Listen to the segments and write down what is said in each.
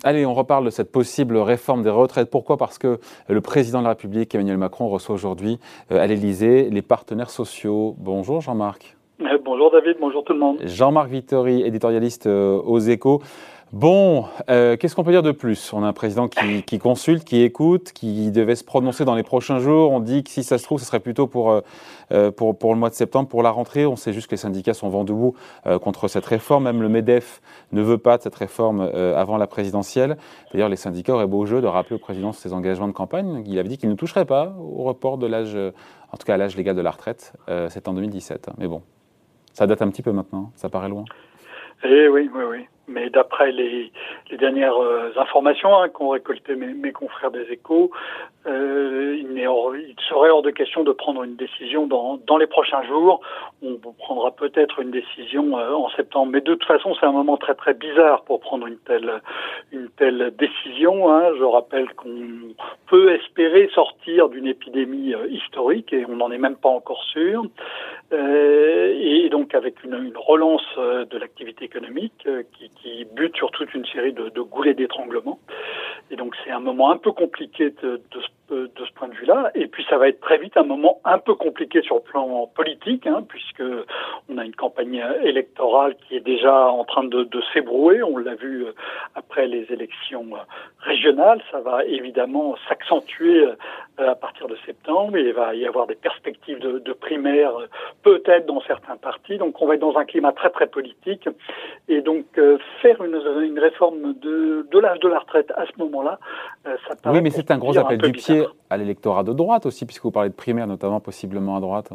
Allez, on reparle de cette possible réforme des retraites. Pourquoi ? Parce que le président de la République, Emmanuel Macron, reçoit aujourd'hui à l'Élysée les partenaires sociaux. Bonjour Jean-Marc. Bonjour David, bonjour tout le monde. Jean-Marc Vittori, éditorialiste aux Échos. Bon, qu'est-ce qu'on peut dire de plus ? On a un président qui consulte, qui écoute, qui devait se prononcer dans les prochains jours. On dit que si ça se trouve, ce serait plutôt pour le mois de septembre, pour la rentrée. On sait juste que les syndicats sont vent debout contre cette réforme. Même le MEDEF ne veut pas de cette réforme avant la présidentielle. D'ailleurs, les syndicats auraient beau jeu de rappeler au président ses engagements de campagne. Il avait dit qu'il ne toucherait pas au report de l'âge, en tout cas à l'âge légal de la retraite. C'est en 2017. Mais bon, ça date un petit peu maintenant. Ça paraît loin. Eh oui. Mais d'après les dernières informations qu'ont récoltées mes confrères des Échos, il serait hors de question de prendre une décision dans les prochains jours. On prendra peut-être une décision en septembre. Mais de toute façon, c'est un moment très très bizarre pour prendre une telle décision. Je rappelle qu'on peut espérer sortir d'une épidémie historique et on n'en est même pas encore sûr. Et donc avec une relance de l'activité économique qui bute sur toute une série de goulets d'étranglement. Et donc c'est un moment un peu compliqué de ce point de vue-là. Et puis ça va être très vite un moment un peu compliqué sur le plan politique, puisque on a une campagne électorale qui est déjà en train de s'ébrouer. On l'a vu après les élections régionales. Ça va évidemment s'accentuer à partir de septembre. Il va y avoir des perspectives de primaires, peut-être dans certains partis. Donc on va être dans un climat très très politique. Et donc faire une réforme de l'âge de la retraite à ce moment-là, ça paraît... Oui, mais c'est un gros appel du pied à l'électorat de droite aussi, puisque vous parlez de primaire, notamment possiblement à droite.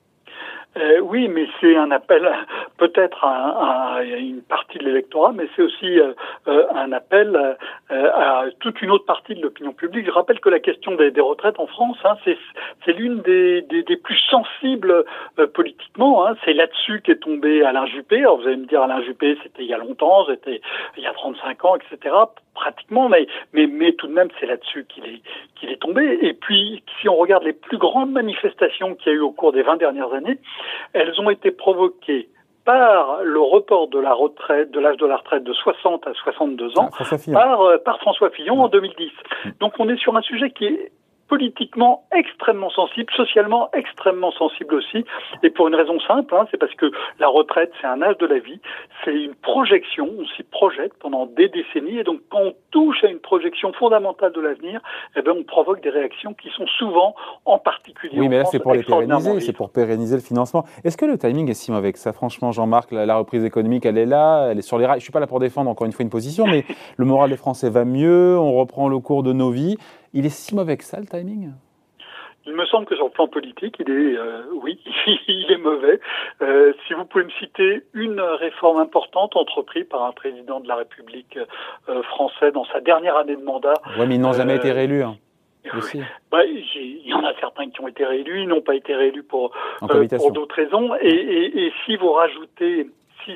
Oui, mais c'est un appel peut-être à une partie de l'électorat, mais c'est aussi un appel à toute une autre partie de l'opinion publique. Je rappelle que la question des retraites en France, c'est l'une des plus sensibles politiquement. C'est là-dessus qu'est tombé Alain Juppé. Alors vous allez me dire, Alain Juppé, c'était il y a longtemps, c'était il y a 35 ans, etc. Pratiquement, mais tout de même, c'est là-dessus qu'il est tombé. Et puis, si on regarde les plus grandes manifestations qu'il y a eu au cours des 20 dernières années, elles ont été provoquées par le report de la retraite, de l'âge de la retraite de 60 à 62 ans, par François Fillon en 2010. Donc on est sur un sujet qui est politiquement extrêmement sensible, socialement extrêmement sensible aussi, et pour une raison simple, c'est parce que la retraite, c'est un âge de la vie, c'est une projection, on s'y projette pendant des décennies, et donc quand on touche à une projection fondamentale de l'avenir, on provoque des réactions qui sont souvent, en particulier oui, mais là, c'est pour les pérenniser, vives. c'est pour pérenniser le financement. Est-ce que le timing est si mauvais que ça ? Franchement, Jean-Marc, la reprise économique, elle est là, elle est sur les rails. Je ne suis pas là pour défendre encore une fois une position, mais le moral des Français va mieux, on reprend le cours de nos vies. Il est si mauvais que ça, le timing ? Il me semble que sur le plan politique, oui, il est mauvais. Si vous pouvez me citer une réforme importante entreprise par un président de la République français dans sa dernière année de mandat. Oui, mais ils n'ont jamais été réélus. Oui. Il y en a certains qui ont été réélus, ils n'ont pas été réélus pour d'autres raisons. Et si vous rajoutez,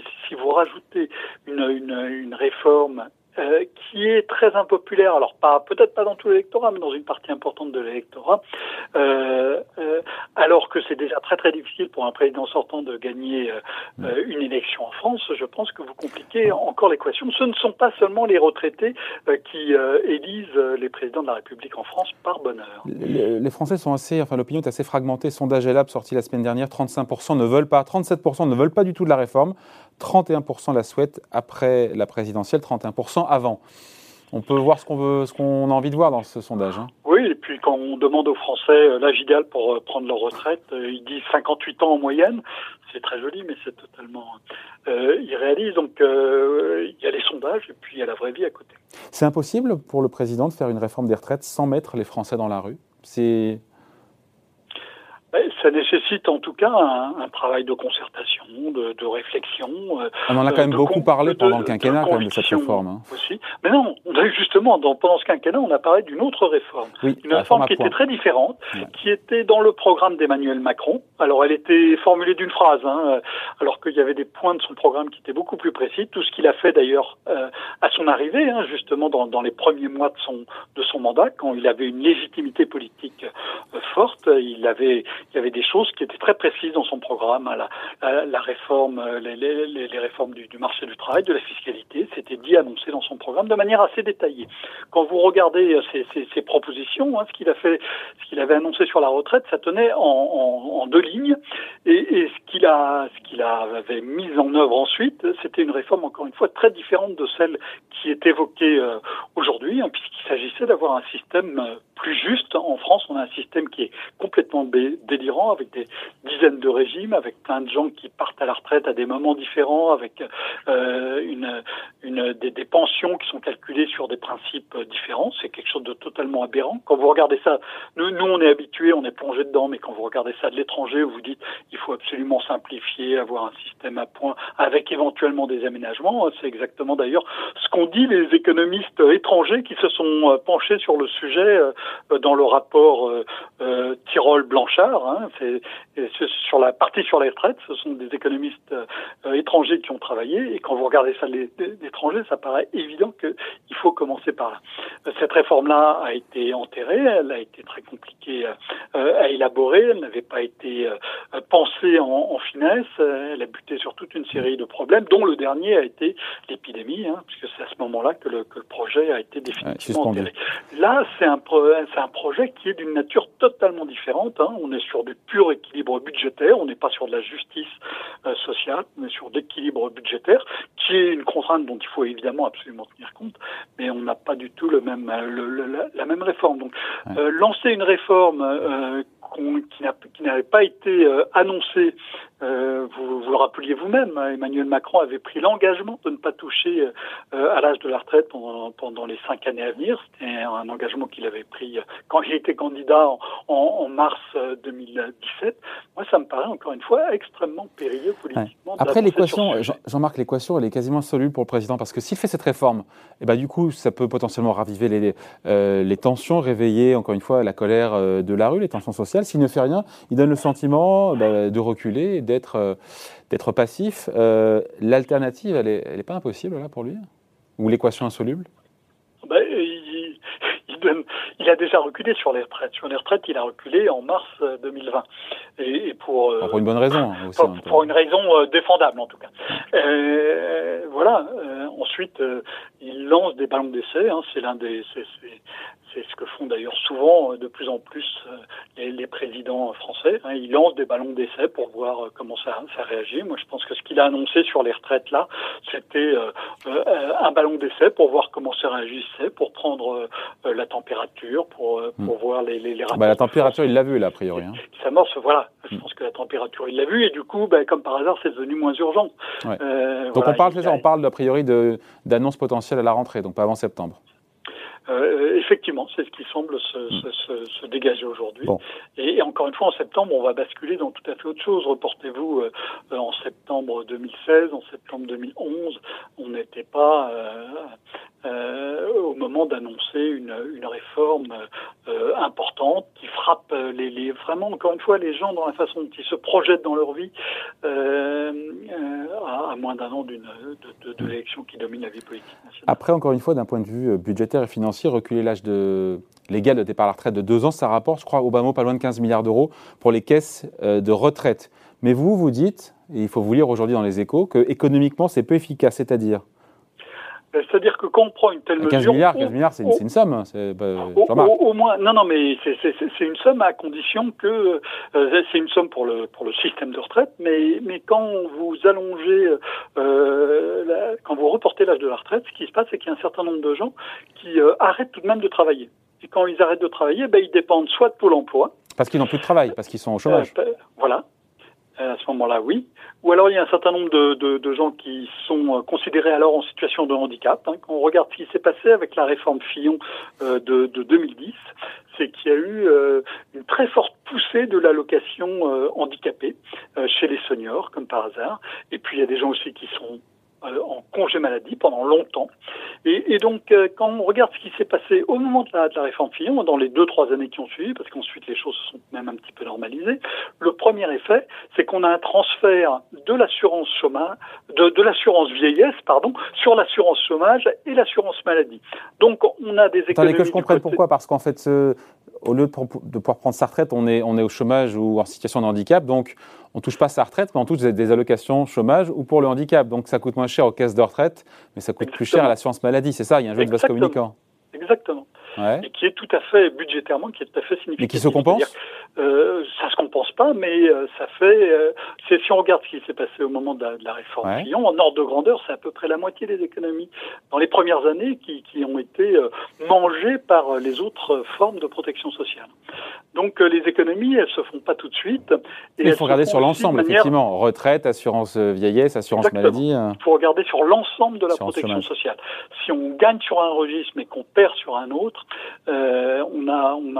une réforme qui est très impopulaire, alors peut-être pas dans tout l'électorat, mais dans une partie importante de l'électorat, alors que c'est déjà très très difficile pour un président sortant de gagner une élection en France, je pense que vous compliquez encore l'équation. Ce ne sont pas seulement les retraités qui élisent les présidents de la République en France par bonheur. Les Français sont l'opinion est assez fragmentée. Sondage Ellab sorti la semaine dernière, 35% ne veulent pas, 37% ne veulent pas du tout de la réforme, 31% la souhaitent après la présidentielle, 31% avant. On peut voir ce qu'on a envie de voir dans ce sondage. Oui, et puis quand on demande aux Français l'âge idéal pour prendre leur retraite, ils disent 58 ans en moyenne. C'est très joli, mais c'est totalement irréaliste. Donc il y a les sondages et puis il y a la vraie vie à côté. C'est impossible pour le président de faire une réforme des retraites sans mettre les Français dans la rue ? Ça nécessite en tout cas un travail de concertation, de réflexion. On en a quand même beaucoup parlé pendant le quinquennat quand même de cette réforme. Aussi. Mais non, justement, pendant ce quinquennat, on a parlé d'une autre réforme. Oui, une réforme qui était très différente, qui était dans le programme d'Emmanuel Macron. Alors elle était formulée d'une phrase, alors qu'il y avait des points de son programme qui étaient beaucoup plus précis. Tout ce qu'il a fait d'ailleurs à son arrivée, justement dans les premiers mois de son mandat, quand il avait une légitimité politique forte, il avait il y avait des choses qui étaient très précises dans son programme, la réforme, les réformes du marché du travail, de la fiscalité, c'était dit, annoncé dans son programme de manière assez détaillée. Quand vous regardez ses propositions, ce qu'il avait annoncé sur la retraite, ça tenait en deux lignes, et ce qu'il avait mis en œuvre ensuite, c'était une réforme encore une fois très différente de celle qui est évoquée aujourd'hui, puisqu'il s'agissait d'avoir un système plus juste. En France, on a un système qui est complètement délirant, avec des dizaines de régimes, avec plein de gens qui partent à la retraite à des moments différents, avec des pensions qui sont calculées sur des principes différents. C'est quelque chose de totalement aberrant. Quand vous regardez ça, nous on est habitués, on est plongé dedans, mais quand vous regardez ça de l'étranger, vous dites il faut absolument simplifier, avoir un système à point, avec éventuellement des aménagements. C'est exactement d'ailleurs ce qu'ont dit les économistes étrangers qui se sont penchés sur le sujet dans le rapport Tirole-Blanchard. C'est sur la partie sur les retraites, ce sont des économistes étrangers qui ont travaillé, et quand vous regardez ça d'étrangers, ça paraît évident qu'il faut commencer par là. Cette réforme-là a été enterrée, elle a été très compliquée à élaborer, elle n'avait pas été pensée en finesse, elle a buté sur toute une série de problèmes, dont le dernier a été l'épidémie, puisque c'est à ce moment-là que le projet a été définitivement enterré. Là, c'est un projet qui est d'une nature totalement différente. On est sur du pur équilibre budgétaire, on n'est pas sur de la justice sociale, on est sur d'équilibre budgétaire, qui est une contrainte dont il faut évidemment absolument tenir compte, mais on n'a pas du tout la même réforme. Donc, lancer une réforme qui n'avait pas été annoncée, vous le rappeliez vous-même, Emmanuel Macron avait pris l'engagement de ne pas toucher à l'âge de la retraite pendant les 5 années à venir. C'était un engagement qu'il avait pris quand il était candidat en mars 2017. Moi, ça me paraît encore une fois extrêmement périlleux politiquement. Après, l'équation, Jean-Marc, l'équation, elle est quasiment insoluble pour le président, parce que s'il fait cette réforme, du coup, ça peut potentiellement raviver les tensions, réveiller encore une fois la colère de la rue, les tensions sociales. S'il ne fait rien, il donne le sentiment de reculer, d'être passif. L'alternative, elle est pas impossible là pour lui, ou l'équation insoluble? Il a déjà reculé sur les retraites. Sur les retraites, il a reculé en mars 2020. Et pour une bonne raison. Aussi, pour une raison défendable, en tout cas. Ensuite, il lance des ballons d'essai. C'est ce que font d'ailleurs souvent de plus en plus les présidents français. Ils lancent des ballons d'essai pour voir comment ça réagit. Moi, je pense que ce qu'il a annoncé sur les retraites là, c'était un ballon d'essai pour voir comment ça réagissait, pour prendre la température, pour voir les rapports. La température, il l'a vu là, a priori. Qui s'amorce, voilà. Je pense que la température, il l'a vu, et du coup, comme par hasard, c'est devenu moins urgent. Ouais. Donc on parle a priori d'annonce potentielle à la rentrée, donc pas avant septembre. Effectivement, c'est ce qui semble se dégager aujourd'hui. Bon. Et encore une fois, en septembre, on va basculer dans tout à fait autre chose. Reportez-vous en septembre 2016, en septembre 2011, on n'était pas au moment d'annoncer une réforme importante qui frappe vraiment, encore une fois, les gens dans la façon dont ils se projettent dans leur vie à moins d'un an de l'élection qui domine la vie politique nationale. Après, encore une fois, d'un point de vue budgétaire et financier, reculer l'âge légal de départ à la retraite de 2 ans, ça rapporte, je crois, au bas mot, pas loin de 15 milliards d'euros pour les caisses de retraite. Mais vous dites, et il faut vous lire aujourd'hui dans les Échos, que économiquement, c'est peu efficace, c'est-à-dire que quand on prend une telle mesure... 15 milliards, c'est une somme. Au moins, non, mais c'est une somme à condition que... c'est une somme pour le système de retraite, mais quand vous allongez... quand vous reportez l'âge de la retraite, ce qui se passe, c'est qu'il y a un certain nombre de gens qui arrêtent tout de même de travailler. Et quand ils arrêtent de travailler, ils dépendent soit de Pôle emploi... Parce qu'ils n'ont plus de travail, parce qu'ils sont au chômage. Voilà. À ce moment-là, oui. Ou alors, il y a un certain nombre de gens qui sont considérés alors en situation de handicap. Quand on regarde ce qui s'est passé avec la réforme Fillon de 2010, c'est qu'il y a eu une très forte poussée de l'allocation handicapée chez les seniors, comme par hasard. Et puis, il y a des gens aussi qui sont en congé maladie pendant longtemps. Et donc, quand on regarde ce qui s'est passé au moment de la réforme Fillon, dans les 2-3 années qui ont suivi, parce qu'ensuite les choses se sont même un petit peu normalisées, le premier effet, c'est qu'on a un transfert de l'assurance chômage, de l'assurance vieillesse, sur l'assurance chômage et l'assurance maladie. Donc, on a des économies... Attendez, que je comprenne pourquoi, parce qu'en fait, au lieu de pouvoir prendre sa retraite, on est au chômage ou en situation de handicap, donc on ne touche pas sa retraite, mais on touche des allocations chômage ou pour le handicap. Donc ça coûte moins cher aux caisses de retraite, mais ça coûte plus cher à l'assurance maladie. C'est ça, il y a un jeu de vase communicant. Exactement. Ouais. Et qui est tout à fait budgétairement, qui est tout à fait significatif. Mais qui se compense ? Ça se compense pas, mais ça fait. Si on regarde ce qui s'est passé au moment de la réforme Fillon, en ordre de grandeur, c'est à peu près la moitié des économies dans les premières années qui ont été mangées par les autres formes de protection sociale. Donc les économies, elles se font pas tout de suite. Et il faut regarder sur l'ensemble, effectivement. Retraite, assurance vieillesse, assurance maladie. Il faut regarder sur l'ensemble de la protection sociale. Si on gagne sur un registre mais qu'on perd sur un autre, on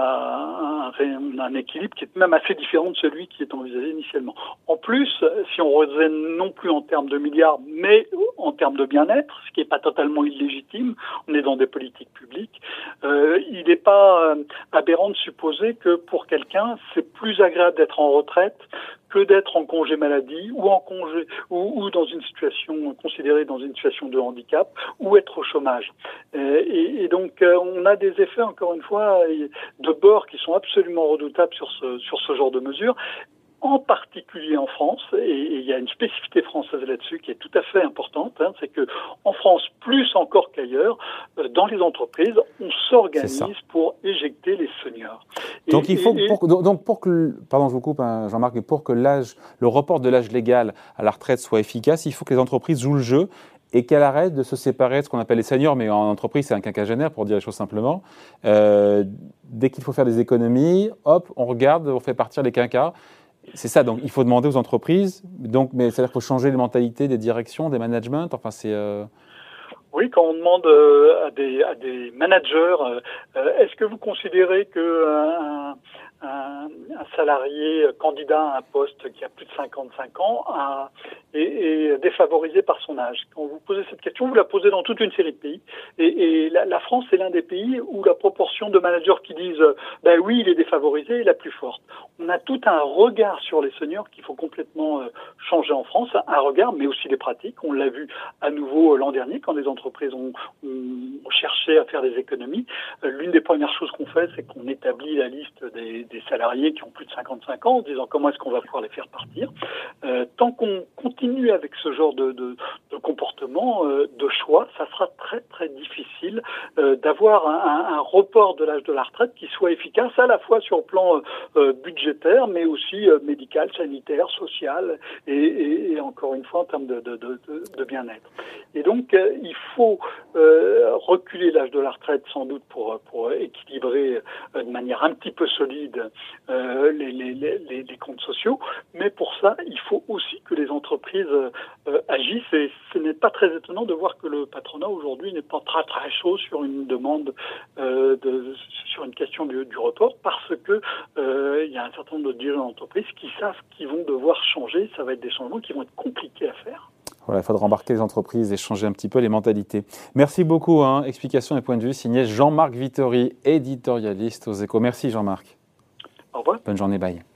a un équilibre qui est même assez différent de celui qui est envisagé initialement. En plus, si on raisonne non plus en termes de milliards, mais en termes de bien-être, ce qui n'est pas totalement illégitime, on est dans des politiques publiques, il n'est pas aberrant de supposer que pour quelqu'un, c'est plus agréable d'être en retraite que d'être en congé maladie ou en congé ou dans une situation considérée dans une situation de handicap ou être au chômage. Et donc on a des effets encore une fois de bord qui sont absolument redoutables sur ce genre de mesures. En particulier en France, et il y a une spécificité française là-dessus qui est tout à fait importante, c'est que en France, plus encore qu'ailleurs, dans les entreprises, on s'organise pour éjecter les seniors. Donc pour que, pardon, je vous coupe, Jean-Marc, mais pour que le report de l'âge légal à la retraite soit efficace, il faut que les entreprises jouent le jeu et qu'elle arrête de se séparer de ce qu'on appelle les seniors, mais en entreprise, c'est un quinquagénaire, pour dire les choses simplement. Dès qu'il faut faire des économies, hop, on regarde, on fait partir les quinquas. C'est ça, donc il faut demander aux entreprises, mais c'est-à-dire qu'il faut changer les mentalités des directions, des managements, enfin c'est... Oui, quand on demande à des managers, est-ce que vous considérez que un salarié candidat à un poste qui a plus de 55 ans est défavorisé par son âge? Quand vous posez cette question, vous la posez dans toute une série de pays. Et la France est l'un des pays où la proportion de managers qui disent ben oui, il est défavorisé est la plus forte. On a tout un regard sur les seniors qu'il faut complètement changer en France, un regard, mais aussi des pratiques. On l'a vu à nouveau l'an dernier quand les entreprises ont cherché à faire des économies. L'une des premières choses qu'on fait, c'est qu'on établit la liste des salariés qui ont plus de 55 ans en disant comment est-ce qu'on va pouvoir les faire partir. Tant qu'on continue avec ce genre de comportement, de choix, ça sera très très difficile d'avoir un report de l'âge de la retraite qui soit efficace à la fois sur le plan budgétaire, mais aussi médical, sanitaire, social et encore une fois en termes de bien-être. Et donc il faut reculer l'âge de la retraite sans doute pour équilibrer de manière un petit peu solide les comptes sociaux, mais pour ça, il faut aussi que les entreprises agissent et ce n'est pas très étonnant de voir que le patronat aujourd'hui n'est pas très très chaud sur une demande sur une question du report parce que il y a un certain nombre de dirigeants d'entreprises qui savent qu'ils vont devoir changer, ça va être des changements qui vont être compliqués à faire. Voilà, il faudra embarquer les entreprises et changer un petit peu les mentalités. Merci beaucoup. Explications et points de vue signé Jean-Marc Vittori, éditorialiste aux Échos. Merci Jean-Marc. Au revoir. Bonne journée, bye.